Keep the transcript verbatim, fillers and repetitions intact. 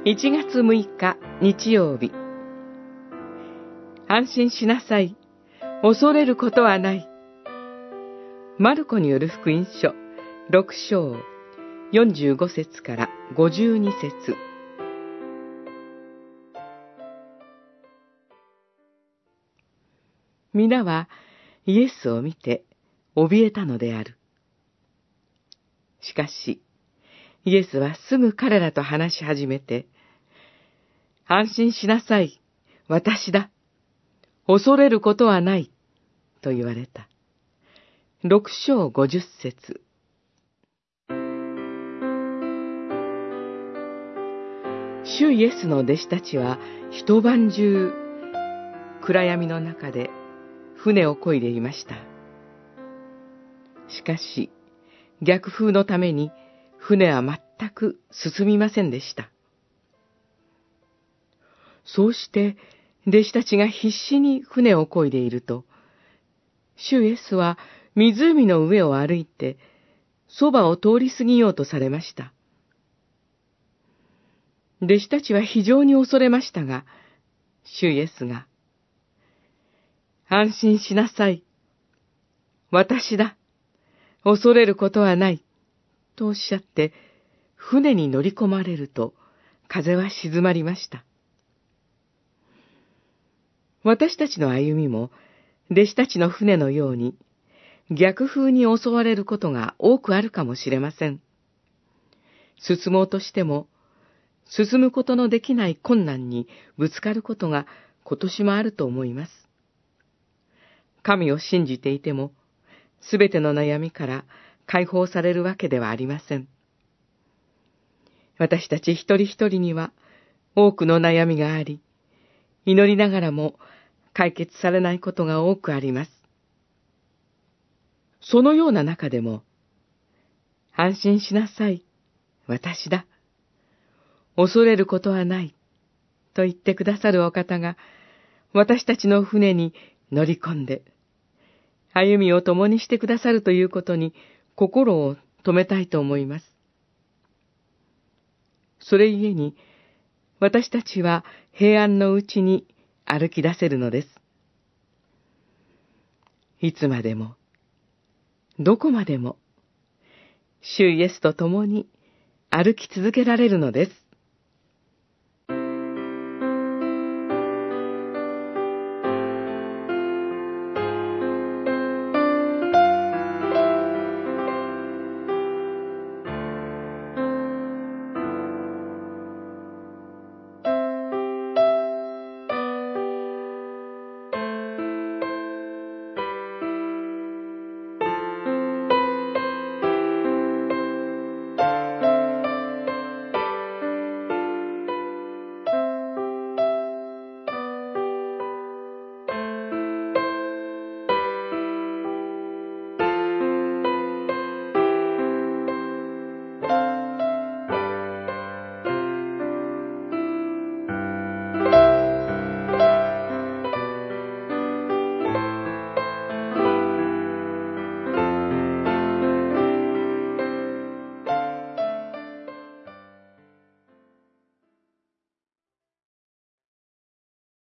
いちがつむいか日曜日。安心しなさい。恐れることはない。マルコによる福音書ろく章よんじゅうご節からごじゅうに節。皆はイエスを見て怯えたのである。しかし、イエスはすぐ彼らと話し始めて、安心しなさい、私だ。恐れることはない、と言われた。六章五十節。主イエスの弟子たちは一晩中、暗闇の中で船を漕いでいました。しかし、逆風のために船は全く進みませんでした。そうして弟子たちが必死に船を漕いでいると、主イエスは湖の上を歩いて、そばを通り過ぎようとされました。弟子たちは非常に恐れましたが、主イエスが、安心しなさい。私だ。恐れることはない。とおっしゃって、船に乗り込まれると、風は静まりました。私たちの歩みも、弟子たちの船のように、逆風に襲われることが多くあるかもしれません。進もうとしても、進むことのできない困難にぶつかることが今年もあると思います。神を信じていても、すべての悩みから解放されるわけではありません。私たち一人一人には多くの悩みがあり、祈りながらも解決されないことが多くあります。そのような中でも、安心しなさい、私だ。恐れることはない、と言ってくださるお方が、私たちの船に乗り込んで、歩みを共にしてくださるということに心を留めたいと思います。それゆえに、私たちは平安のうちに歩き出せるのです。いつまでも、どこまでも、主イエスと共に歩き続けられるのです。